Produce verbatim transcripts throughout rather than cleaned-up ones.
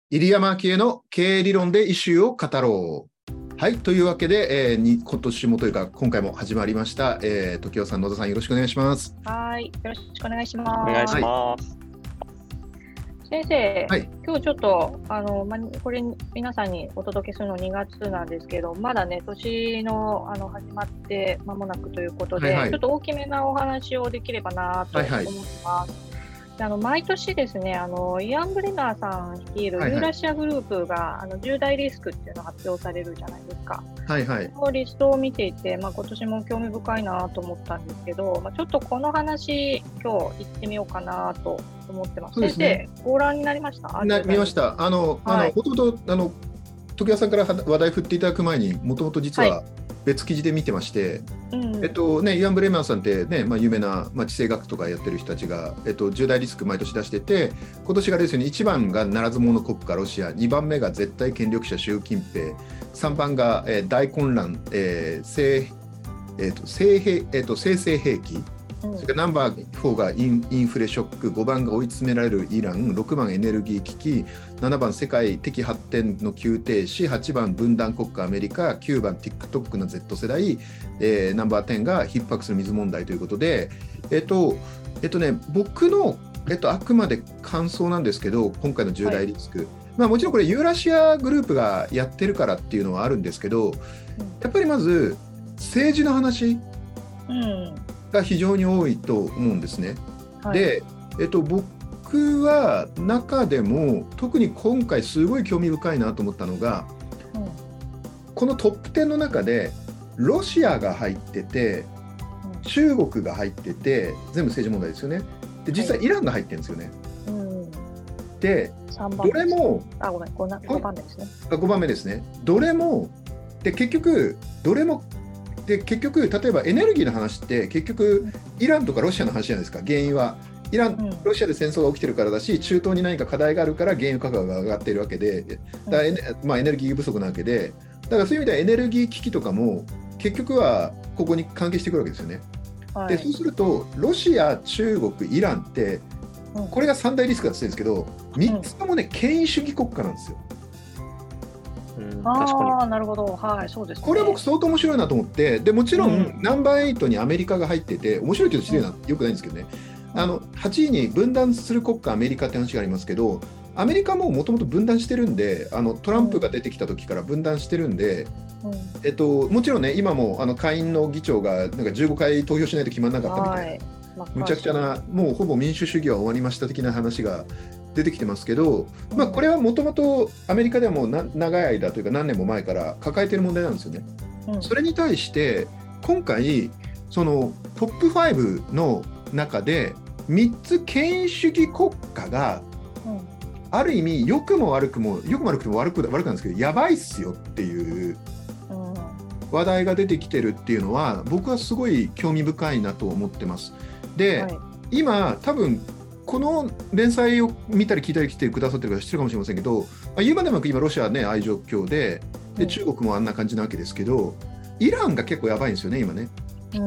入山明恵の経営理論でイシューを語ろう。はい、というわけで、えー、に今年もというか今回も始まりました。えー、時生さん、野田さん、よろしくお願いします。 はい、よろしくお願いします。 お願いします。 先生、 はい、 今日ちょっとあの、ま、これ皆さんにお届けするのにがつなんですけど、まだね、年の、あの始まって間もなくということで、はいはい、ちょっと大きめなお話をできればなと思ってます。はいはい、あの毎年ですね、あのイアン・ブレナーさん率いるユーラシアグループが、はいはい、あのじゅうだいリスクっていうのを発表されるじゃないですか。 はいはい、 そのリストを見ていて、まあ、今年も興味深いなと思ったんですけど、まあ、ちょっとこの話今日行ってみようかなと思ってます。そうですね、先生ご覧になりました？ な見ました。あの、はい、あのほとんどあの時生さんから話題振っていただく前にもともと実は別記事で見てまして、はいうんえっとね、イアン・ブレーマンさんって、ねまあ、有名な、まあ、地政学とかやってる人たちが、えっと、じゅうだいリスク毎年出してて、今年がですね、いちばんがならず者国家ロシア、にばんめが絶対権力者習近平、さんばんが、えー、大混乱、えー生えーと生兵えーと、生成兵器、うん、それからナンバーよんがイン、インフレショック、ごばんが追い詰められるイラン、ろくばんエネルギー危機、ななばん世界的発展の急停止、はちばん分断国家アメリカ、きゅうばん TikTok の Z 世代、えー、ナンバーじゅうが逼迫する水問題ということで、えっとえっとね、僕の、えっと、あくまで感想なんですけど、今回のじゅうだいリスク、はいまあ、もちろんこれユーラシアグループがやってるからっていうのはあるんですけど、やっぱりまず政治の話が非常に多いと思うんですね。はい、で、えっと、僕は中でも特に今回すごい興味深いなと思ったのが、うん、このトップじゅうの中でロシアが入ってて、うん、中国が入ってて、全部政治問題ですよね。で、実際イランが入ってるんですよね。はいうん、で、どれもあ、ごめん、ごばんめですね。 ごばんめですね。どれもで結局どれもで結局例えばエネルギーの話って結局イランとかロシアの話じゃないですか。原因はイラン、うん、ロシアで戦争が起きてるからだし、中東に何か課題があるから原油価格が上がっているわけで、だからエネ、まあ、エネルギー不足なわけで、だからそういう意味ではエネルギー危機とかも結局はここに関係してくるわけですよね。はい、でそうするとロシア、中国、イランってこれがさんだいリスクだって言うんですけど、みっつともね、権威主義国家なんですよ。 うん、ああ、なるほど、はい、そうですね。 これは僕相当面白いなと思って、でもちろん、うん、ナンバーエイトにアメリカが入ってて、面白いけど失礼な、よくないんですけどね、うん、あのはちいに分断する国家アメリカって話がありますけど、アメリカももともと分断してるんで、あのトランプが出てきた時から分断してるんで、うんえっと、もちろんね、今もあの下院の議長がなんかじゅうごかい投票しないと決まらなかったみたいな、はいむちゃくちゃな、もうほぼ民主主義は終わりました的な話が出てきてますけど、まあ、これはもともとアメリカではもうな長い間というか何年も前から抱えている問題なんですよね。うん、それに対して今回そのトップごの中でみっつ権威主義国家がある意味良くも悪くも良くも悪くも悪く悪くなんですけどやばいっすよっていう話題が出てきてるっていうのは僕はすごい興味深いなと思ってます。で、はい、今多分この連載を見たり聞いたり来てくださってる方知ってるかもしれませんけど、言うまでもなく今ロシアはねああいう状況で、で中国もあんな感じなわけですけど、イランが結構やばいんですよね今ね。うん、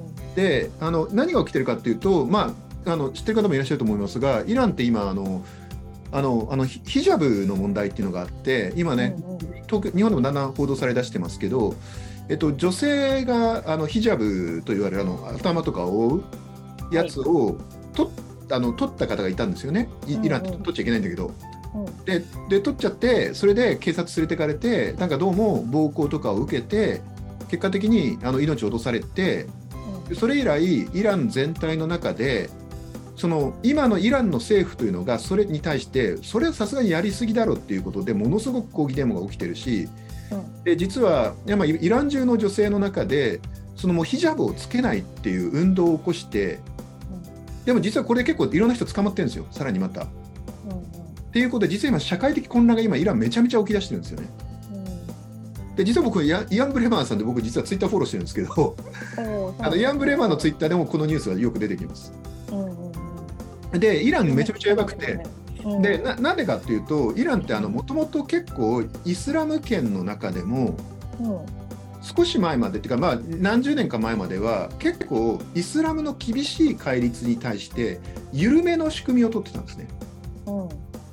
であの何が起きてるかっていうと、まあ、あの知ってる方もいらっしゃると思いますが、イランって今あのあのあのヒジャブの問題っていうのがあって、今ね、うんうん、東京日本でもだんだん報道され出してますけど、えっと、女性があのヒジャブといわれるあの頭とかを覆うやつを取っ、あの取った方がいたんですよね。イランって取っちゃいけないんだけど、うんうん、で, で取っちゃって、それで警察連れてかれて、なんかどうも暴行とかを受けて結果的にあの命を落とされて、うん、それ以来イラン全体の中でその今のイランの政府というのがそれに対してそれはさすがにやりすぎだろうっていうことでものすごく抗議デモが起きてるし、うん、で実はイラン中の女性の中でそのもうヒジャブをつけないっていう運動を起こして、でも実はこれ結構いろんな人捕まってるんですよ、さらにまた。うんうん、っていうことで、実は今、社会的混乱が今、イランめちゃめちゃ起き出してるんですよね。うん、で実は僕、イアン・ブレマーさんで僕、実はツイッターフォローしてるんですけど、あのイアン・ブレマーのツイッターでもこのニュースがよく出てきます。うんうん、で、イランめちゃめちゃやばくて、うん、で な, なんでかっていうと、イランってもともと結構、イスラム圏の中でも、うん少し前までっていうか、まあ、何十年か前までは結構イスラムの厳しい戒律に対して緩めの仕組みを取ってたんですね。うん、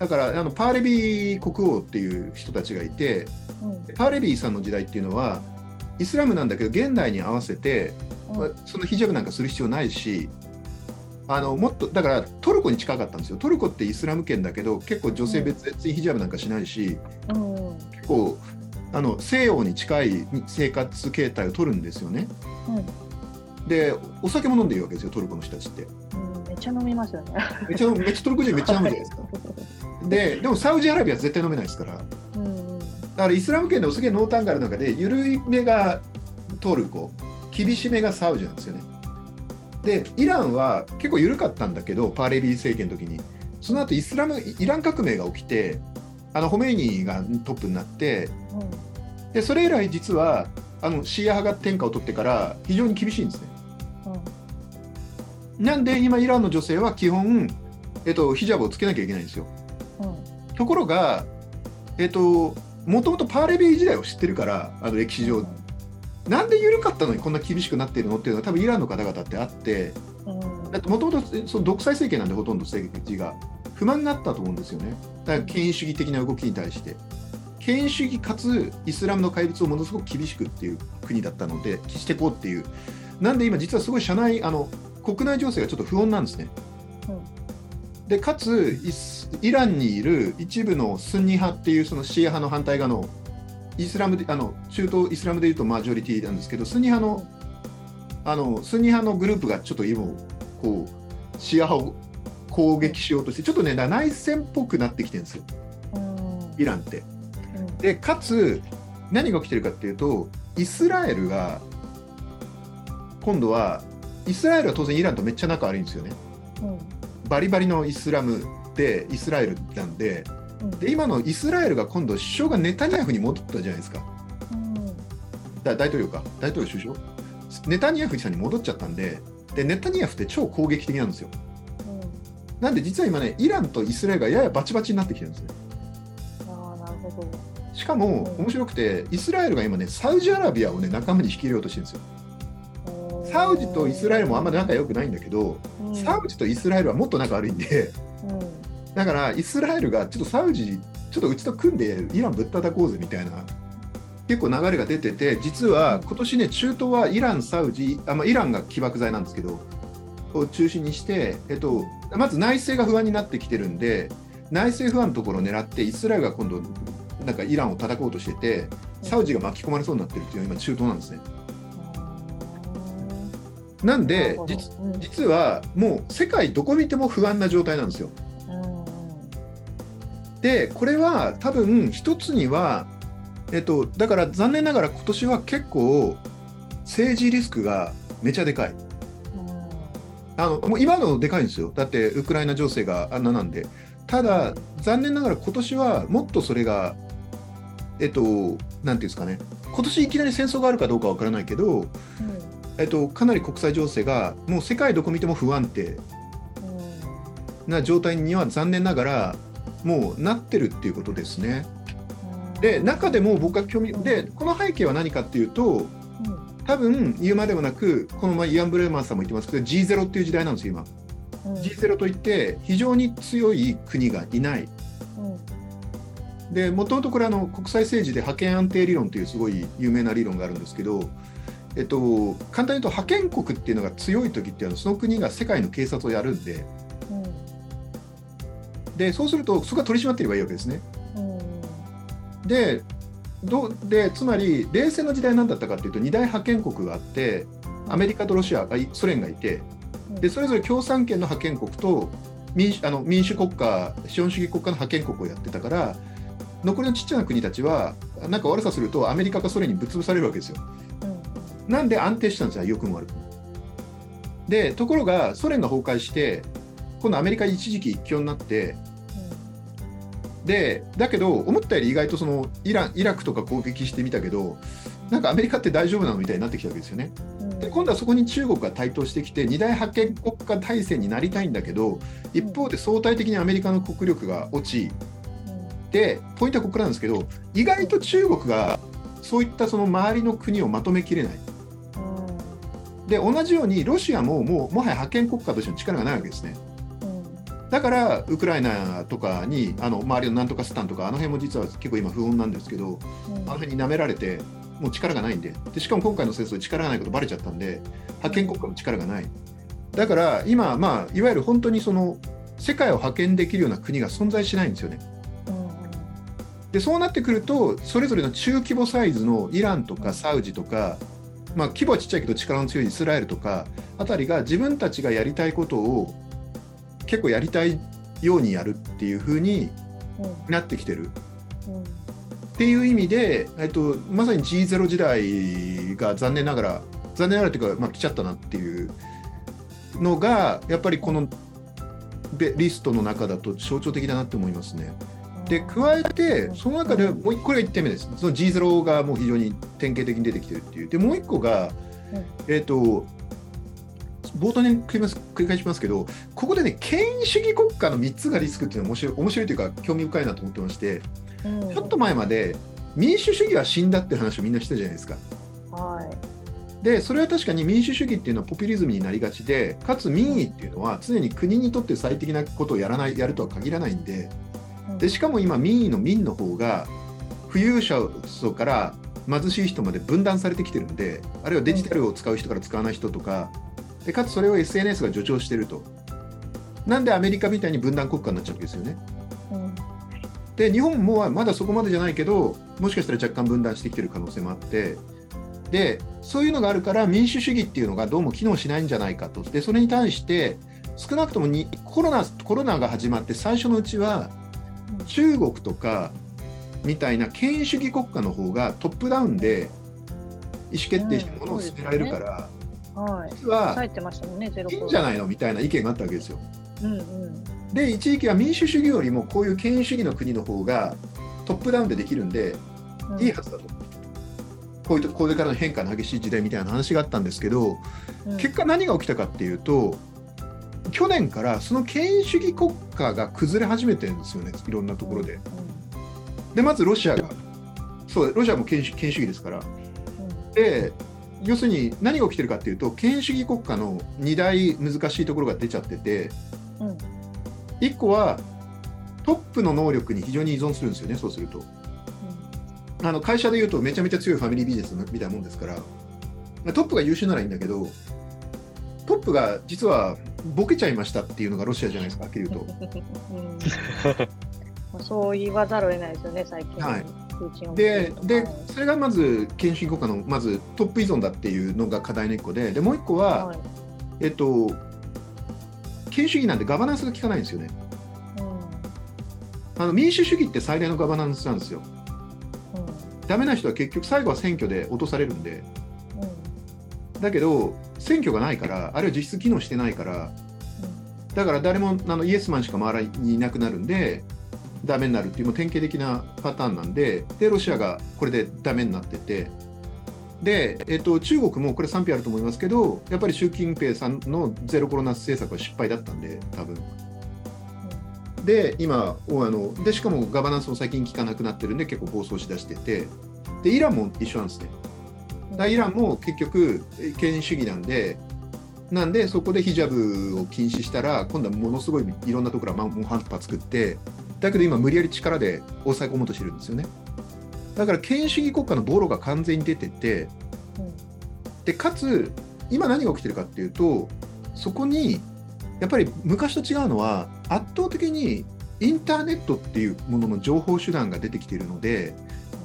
だからあのパーレビー国王っていう人たちがいて、うん、パーレビーさんの時代っていうのはイスラムなんだけど現代に合わせて、うんまあ、そのヒジャブなんかする必要ないし、あのもっとだからトルコに近かったんですよ。トルコってイスラム圏だけど結構女性別にヒジャブなんかしないし、うん、結構あの西洋に近い生活形態を取るんですよね、うん、でお酒も飲んでいるわけですよトルコの人たちって、 うん、めっちゃ飲みますよね。 めっちゃめっちゃトルコ人めっちゃ飲むじゃないですか。ででもサウジアラビアは絶対飲めないですから、うん、だからイスラム圏でお酒濃淡がある中で緩いめがトルコ、厳しめがサウジなんですよね。でイランは結構緩かったんだけどパーレビー政権の時に、その後イスラムイラン革命が起きてあのホメイニがトップになって、うん、でそれ以来実はあのシーア派が天下を取ってから非常に厳しいんですね、うん、なんで今イランの女性は基本、えっと、ヒジャブをつけなきゃいけないんですよ、うん、ところが、えっと、もともとパーレビー時代を知ってるからあの歴史上、うんなんで緩かったのにこんな厳しくなっているのっていうのは多分イランの方々ってあって、うん、だってもともと独裁政権なんでほとんど政治が不満があったと思うんですよね。だから権威主義的な動きに対して権威主義かつイスラムの戒律をものすごく厳しくっていう国だったのでしていこうっていう。なんで今実はすごい社内あの国内情勢がちょっと不穏なんですね、うん、でかつ イ, イランにいる一部のスンニ派っていうそのシーア派の反対側のイスラムであの中東イスラムでいうとマジョリティなんですけど、スンニ派のあのスンニ派のグループがちょっと今こうシーア派を攻撃しようとしてちょっとね内戦っぽくなってきてるんですよ、イランって。でかつ何が起きてるかっていうとイスラエルが今度はイスラエルは当然イランとめっちゃ仲悪いんですよね、うん、バリバリのイスラムでイスラエルなんで。で今のイスラエルが今度首相がネタニヤフに戻ったじゃないですか、うん、だ大統領か大統領首相ネタニヤフさんに戻っちゃったん で, でネタニヤフって超攻撃的なんですよ、うん、なんで実は今ねイランとイスラエルがややバチバチになってきてるんですね。 あなるほど。 しかも面白くてイスラエルが今ねサウジアラビアをね仲間に引き入れようとしてるんですよ。サウジとイスラエルもあんまり仲良くないんだけど、うん、サウジとイスラエルはもっと仲悪いんで、うんだからイスラエルがちょっとサウジちょっとうちと組んでイランぶったたこうぜみたいな結構流れが出てて、実は今年ね中東はイランサウジあ、まあ、イランが起爆剤なんですけどを中心にして、えっと、まず内政が不安になってきてるんで内政不安のところを狙ってイスラエルが今度なんかイランを叩こうとしててサウジが巻き込まれそうになってるっていうのが今中東なんですね。なんで 実, 実はもう世界どこ見ても不安な状態なんですよ。でこれは多分一つには、えっと、だから残念ながら今年は結構政治リスクがめちゃでかい。あのもう今のでかいんですよ。だってウクライナ情勢があんななんで。ただ残念ながら今年はもっとそれがえっとなんていうんですかね今年いきなり戦争があるかどうかわからないけど、うんえっと、かなり国際情勢がもう世界どこ見ても不安定な状態には残念ながらもうなってるっていうことですね。で中でも僕が興味でこの背景は何かっていうと多分言うまでもなくこの前イアン・ブレーマーさんも言ってますけど ジーゼロ っていう時代なんですよ今、うん、ジーゼロ といって非常に強い国がいない、うん、でもともとこれあの国際政治で覇権安定理論というすごい有名な理論があるんですけど、えっと、簡単に言うと覇権国っていうのが強い時っていうのはその国が世界の警察をやるんででそうするとそこが取り締まっていればいいわけですね、うん、で, どでつまり冷戦の時代何だったかというとに大覇権国があってアメリカとロシアソ連がいてでそれぞれ共産権の覇権国と 民, 主あの民主国家資本主義国家の覇権国をやってたから残りのちっちゃな国たちはなんか悪さするとアメリカかソ連にぶっ潰されるわけですよ、うん、なんで安定したんですよ良くも悪くも。でところがソ連が崩壊して今度アメリカ一時期一強になって、うん、でだけど思ったより意外とそのイラン、イラクとか攻撃してみたけどなんかアメリカって大丈夫なのみたいになってきたわけですよね、うん、で今度はそこに中国が台頭してきて二大覇権国家体制になりたいんだけど一方で相対的にアメリカの国力が落ち、うん、でポイントはここなんですけど意外と中国がそういったその周りの国をまとめきれない、うん、で同じようにロシアももうもはや覇権国家としての力がないわけですね。 だからウクライナとかにあの周りのなんとかスタンとかあの辺も実は結構今不穏なんですけど、うん、あの辺に舐められてもう力がないん で, でしかも今回の戦争で力がないことバレちゃったんで覇権国家の力がない。だから今、まあ、いわゆる本当にその世界を覇権できるような国が存在しないんですよね。でそうなってくるとそれぞれの中規模サイズのイランとかサウジとか、まあ、規模はちっちゃいけど力の強いイスラエルとかあたりが自分たちがやりたいことを結構やりたいようにやるっていう風になってきてる、うんうん、っていう意味で、えっと、まさに ジーゼロ 時代が残念ながら残念ながらというか、まあ、来ちゃったなっていうのがやっぱりこのリストの中だと象徴的だなって思いますね。で加えてその中でもうこれがいってんめです。その ジーゼロ がもう非常に典型的に出てきてるっていう。でもういっこが、えっと冒頭に繰り返しますけど、ここでね権威主義国家のみっつがリスクっていうのは面白い、面白いというか興味深いなと思ってまして、うん、ちょっと前まで民主主義は死んだって話をみんなしてたじゃないですか。はい、でそれは確かに民主主義っていうのはポピュリズムになりがちで、かつ民意っていうのは常に国にとって最適なことをやらないやるとは限らないんで、でしかも今民意の民の方が富裕者層から貧しい人まで分断されてきてるんで、あるいはデジタルを使う人から使わない人とかで、かつそれを エスエヌエス が助長してると。なんでアメリカみたいに分断国家になっちゃうわけですよね。うん、で日本もまだそこまでじゃないけど、もしかしたら若干分断してきてる可能性もあって、でそういうのがあるから民主主義っていうのがどうも機能しないんじゃないかと。でそれに対して少なくともにコロナコロナが始まって最初のうちは中国とかみたいな権威主義国家の方がトップダウンで意思決定してものを進められるから、うんね、はい、実はいいんじゃないのみたいな意見があったわけですよ。うんうん、で一時期は民主主義よりもこういう権威主義の国の方がトップダウンでできるんで、うん、いいはずだと。こういうこれからの変化の激しい時代みたいな話があったんですけど、うん、結果何が起きたかっていうと、去年からその権威主義国家が崩れ始めてるんですよね、いろんなところで。うんうん、でまずロシアがそうロシアも権威主義ですから、うん、で要するに何が起きてるかっていうと、権威主義国家のに大難しいところが出ちゃってて、うん、いっこはトップの能力に非常に依存するんですよね。そうすると、うん、あの会社でいうとめちゃめちゃ強いファミリービジネスみたいなもんですから、トップが優秀ならいいんだけど、トップが実はボケちゃいましたっていうのがロシアじゃないですか、はっきり言うと。 うん、そう言わざるを得ないですよね、最近。 はい、で, でそれがまず権威主義国家のまずトップ依存だっていうのが課題のいっこで、でもういっこは、はい、えっと権威主義なんでガバナンスが効かないんですよね。うん、あの民主主義って最大のガバナンスなんですよ。うん、ダメな人は結局最後は選挙で落とされるんで、うん、だけど選挙がないから、あるいは実質機能してないから、うん、だから誰もあのイエスマンしか周りにいなくなるんでダメになるっていうもう典型的なパターンなんで、でロシアがこれでダメになってて、で、えっと、中国もこれ賛否あると思いますけど、やっぱり習近平さんのゼロコロナ政策は失敗だったんで多分、うん、で今あのでしかもガバナンスも最近効かなくなってるんで結構暴走しだしてて、でイランも一緒なんですね。だイランも結局権威主義なんでなんでそこでヒジャブを禁止したら今度はものすごいいろんなところから猛反発作って、だけど今無理やり力で抑え込もうとしてるんですよね。だから権威主義国家のボロが完全に出てて、うん、でかつ今何が起きてるかっていうと、そこにやっぱり昔と違うのは圧倒的にインターネットっていうものの情報手段が出てきているので、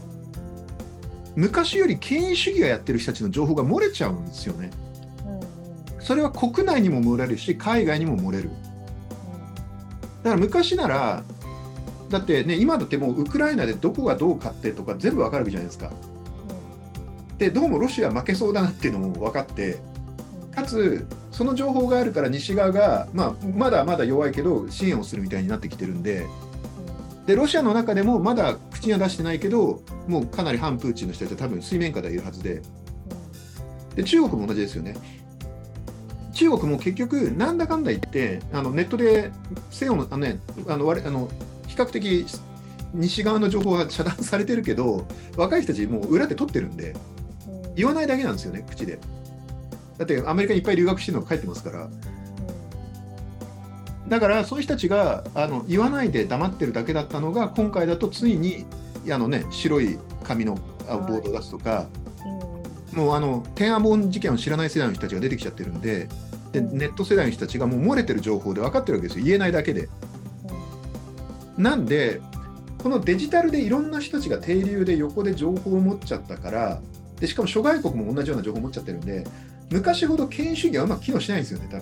昔より権威主義がやってる人たちの情報が漏れちゃうんですよね。うん、それは国内にも漏れるし海外にも漏れる。だから昔ならだってね、今だってもうウクライナでどこがどう勝ってとか全部わかるわけじゃないですか。うん、でどうもロシア負けそうだなっていうのも分かって、かつその情報があるから西側が、まあ、まだまだ弱いけど支援をするみたいになってきてるんで、でロシアの中でもまだ口には出してないけどもうかなり反プーチンの人たちは多分水面下でいるはずで、で中国も同じですよね。中国も結局なんだかんだ言ってあのネットで西洋のあの、ね、あのあの比較的西側の情報は遮断されてるけど、若い人たちもう裏で取ってるんで言わないだけなんですよね、口で。だってアメリカにいっぱい留学してるのが書いてますから。 だからそういう人たちがあの言わないで黙ってるだけだったのが、今回だとついにあの、ね、白い紙のボードを出すとか、はいうん、もうあの天安門事件を知らない世代の人たちが出てきちゃってるんで、でネット世代の人たちがもう漏れてる情報で分かってるわけですよ、言えないだけで。うん、なんでこのデジタルでいろんな人たちが定流で横で情報を持っちゃったから、でしかも諸外国も同じような情報を持っちゃってるんで、昔ほど権威主義はうまく機能しないんですよね、多分。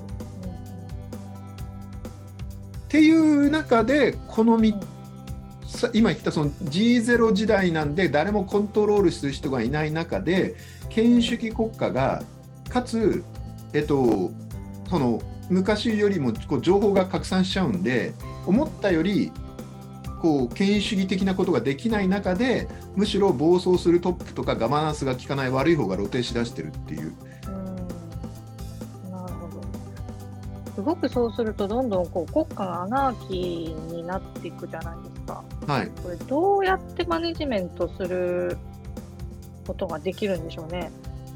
っていう中でこのみ今言ったその ジーゼロ 時代なんで誰もコントロールする人がいない中で、権威主義国家がかつ、えっと、その昔よりもこう情報が拡散しちゃうんで、思ったよりこう権威主義的なことができない中で、むしろ暴走するトップとかガバナンスが効かない悪い方が露呈しだしてるっていう。 すごくそうするとどんどんこう国家がアナーキーになっていくじゃないですか。 はい、 これどうやってマネジメントすることができるんでしょうね。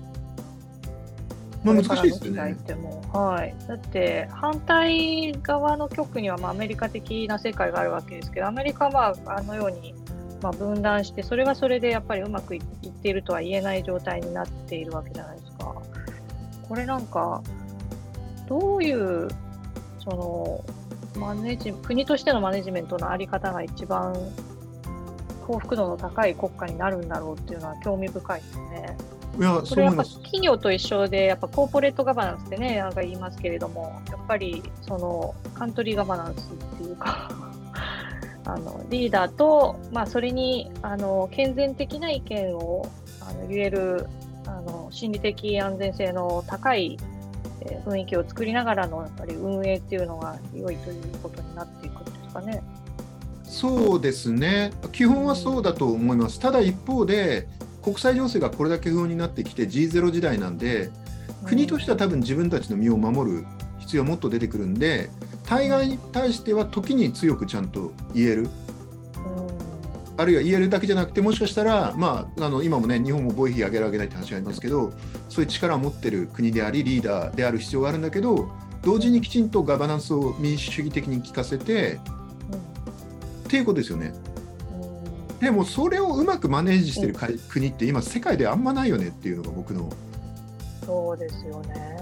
まあ、難しいですよね。 はい、だって反対側の極にはまあアメリカ的な世界があるわけですけど、アメリカはあのようにまあ分断して、それはそれでやっぱりうまくいっているとは言えない状態になっているわけじゃないですか。これなんかどういうそのマネジ国としてのマネジメントの在り方が一番幸福度の高い国家になるんだろうっていうのは興味深いですね。 いや、 これやっぱ企業と一緒で、やっぱコーポレートガバナンスってね、なんか言いますけれども、やっぱりそのカントリーガバナンスっていうかあのリーダーと、まあ、それにあの健全的な意見をあの言えるあの心理的安全性の高い雰囲気を作りながらのやっぱり運営っていうのが良いということになっていくんですかね。 そうですね、基本はそうだと思います。うん、ただ一方で国際情勢がこれだけ不穏になってきて ジーゼロ 時代なんで、国としては多分自分たちの身を守る必要はもっと出てくるんで、対外に対しては時に強くちゃんと言える、うん、あるいは言えるだけじゃなくて、もしかしたら、まあ、あの今もね日本も防衛費上げる上げないって話がありますけど、そういう力を持ってる国でありリーダーである必要があるんだけど、同時にきちんとガバナンスを民主主義的に効かせて、うん、っていうことですよね。でもそれをうまくマネージしてる国って今世界であんまないよねっていうのが僕の。 そうですよね。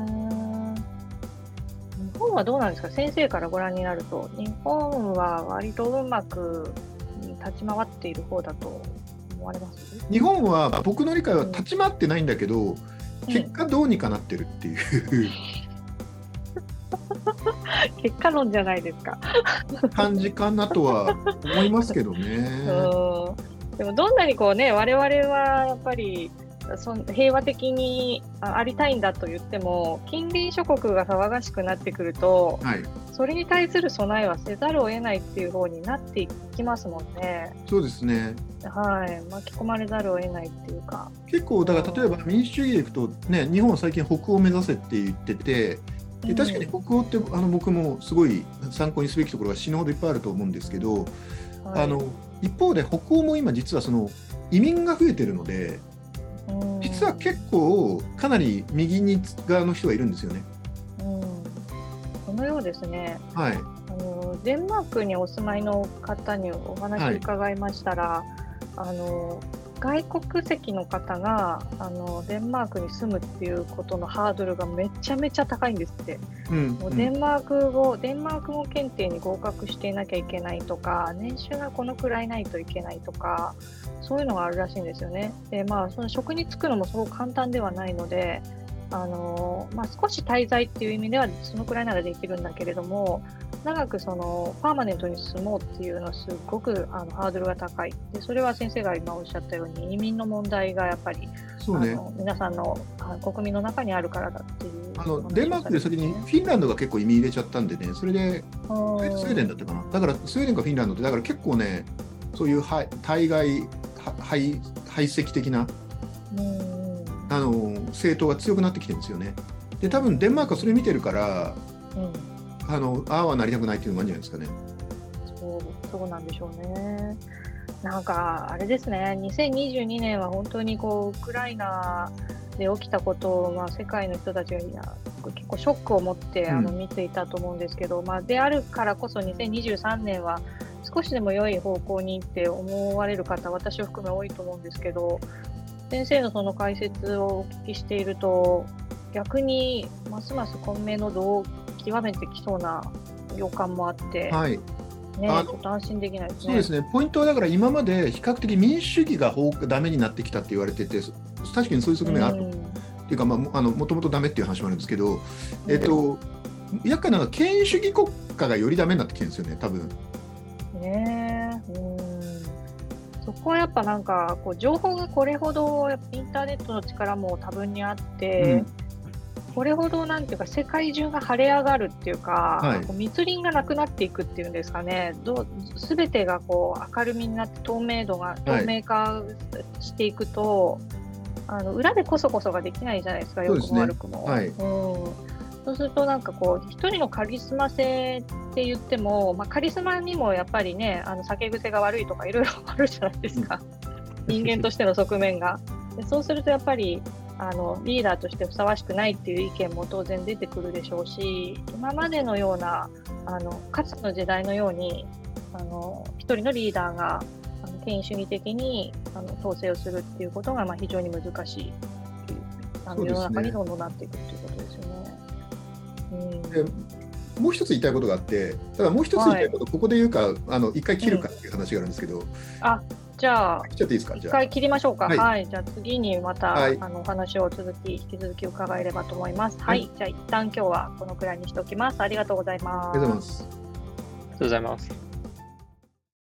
日本はどうなんですか、先生からご覧になると。日本は割とうまく立ち回っている方だと思われます？ 日本は僕の理解は立ち回ってないんだけど、うん、結果どうにかなってるっていう、うん結果論じゃないですか感じかなとは思いますけどね。 うん、でもどんなにこうね、我々はやっぱりそ平和的にありたいんだと言っても、近隣諸国が騒がしくなってくると、はい、それに対する備えはせざるを得ないっていう方になっていきますもんね。 そうですね、 はい、巻き込まれざるを得ないっていうか。 結構だから例えば民主主義でいくとね、日本は最近北欧を目指せって言ってて、で確かに北欧ってあの僕もすごい参考にすべきところが死ぬほどいっぱいあると思うんですけど、はい、あの一方で北欧も今実はその移民が増えてるので、実は結構かなり右に側の人がいるんですよね。 うん、そのようですね。 はい、 あのデンマークにお住まいの方にお話伺いましたら、はい、あの外国籍の方があのデンマークに住むっていうことのハードルがめちゃめちゃ高いんですって。うん、もうデンマーク語、デンマーク語検定に合格していなきゃいけないとか、年収がこのくらいないといけないとか、そういうのがあるらしいんですよね。で、まあ、その職に就くのもすごく簡単ではないので、あのまあ、少し滞在っていう意味ではそのくらいならできるんだけれども、長くそのパーマネントに住もうっていうのはすごくあのハードルが高い。で、それは先生が今おっしゃったように移民の問題がやっぱり、そうね、あの皆さんの国民の中にあるからだっていう。 あのデンマークで先にフィンランドが結構移民入れちゃったんでね、それでスウェーデンだったかな。だからスウェーデンかフィンランドってだから結構ね、そういう対外排斥的なあの政党が強くなってきてるんですよね。で、多分デンマークはそれ見てるから、うん、あのああはなりたくないっていうのがあるんじゃないですかね。 そう、そうなんでしょうね。なんかあれですね、にせんにじゅうにねんは本当にこうウクライナで起きたことを、まあ、世界の人たちが結構ショックを持ってあの見ていたと思うんですけど、うん、まあ、であるからこそにせんにじゅうさんねんは少しでも良い方向にって思われる方、私を含め多いと思うんですけど、先生のその解説をお聞きしていると、逆にますます混迷の度を極めてきそうな予感もあって、はい、ね、ちょっと安心できないですね。 そうですね。ポイントはだから今まで比較的民主主義がダメになってきたって言われてて、確かにそういう側面がある、うん、っていうか、まあ、あのもともとダメっていう話もあるんですけど、えっと、厄介なのは権威主義国家がよりダメになってきてるんですよね、多分。 ねえ、うん、そこはやっぱなんかこう情報がこれほどインターネットの力も多分にあって、うん、これほどなんていうか世界中が晴れ上がるっていうか、はい、こう密林がなくなっていくっていうんですかね、どすべてがこう明るみになって透明度が透明化していくと、はい、あの裏でこそこそができないじゃないですか、良くも悪くも。はい、うん、そうするとなんかこう一人のカリスマ性って言っても、まあ、カリスマにもやっぱりね、あの酒癖が悪いとかいろいろあるじゃないですか、人間としての側面が。でそうするとやっぱりあのリーダーとしてふさわしくないっていう意見も当然出てくるでしょうし、今までのようなあのかつての時代のようにあの一人のリーダーがあの権威主義的にあの統制をするっていうことがまあ非常に難しいっていう、あの世の中にどんどんなっていくっていうことですよね。うん、 でもう一つ言いたいことがあって、ただもう一つ言いたいこと、はい、ここで言うか、あの一回切るかっていう話があるんですけど、うん、 あじゃあ、 切っちゃっていいですか？ 一回切りましょうか。はい、はい、じゃあ次にまた、はい、あのお話を続き、引き続き伺えればと思います。はい、はい、じゃあ一旦今日はこのくらいにしておきます。ありがとうございます。 ありがとうございます。 ありがとうございます。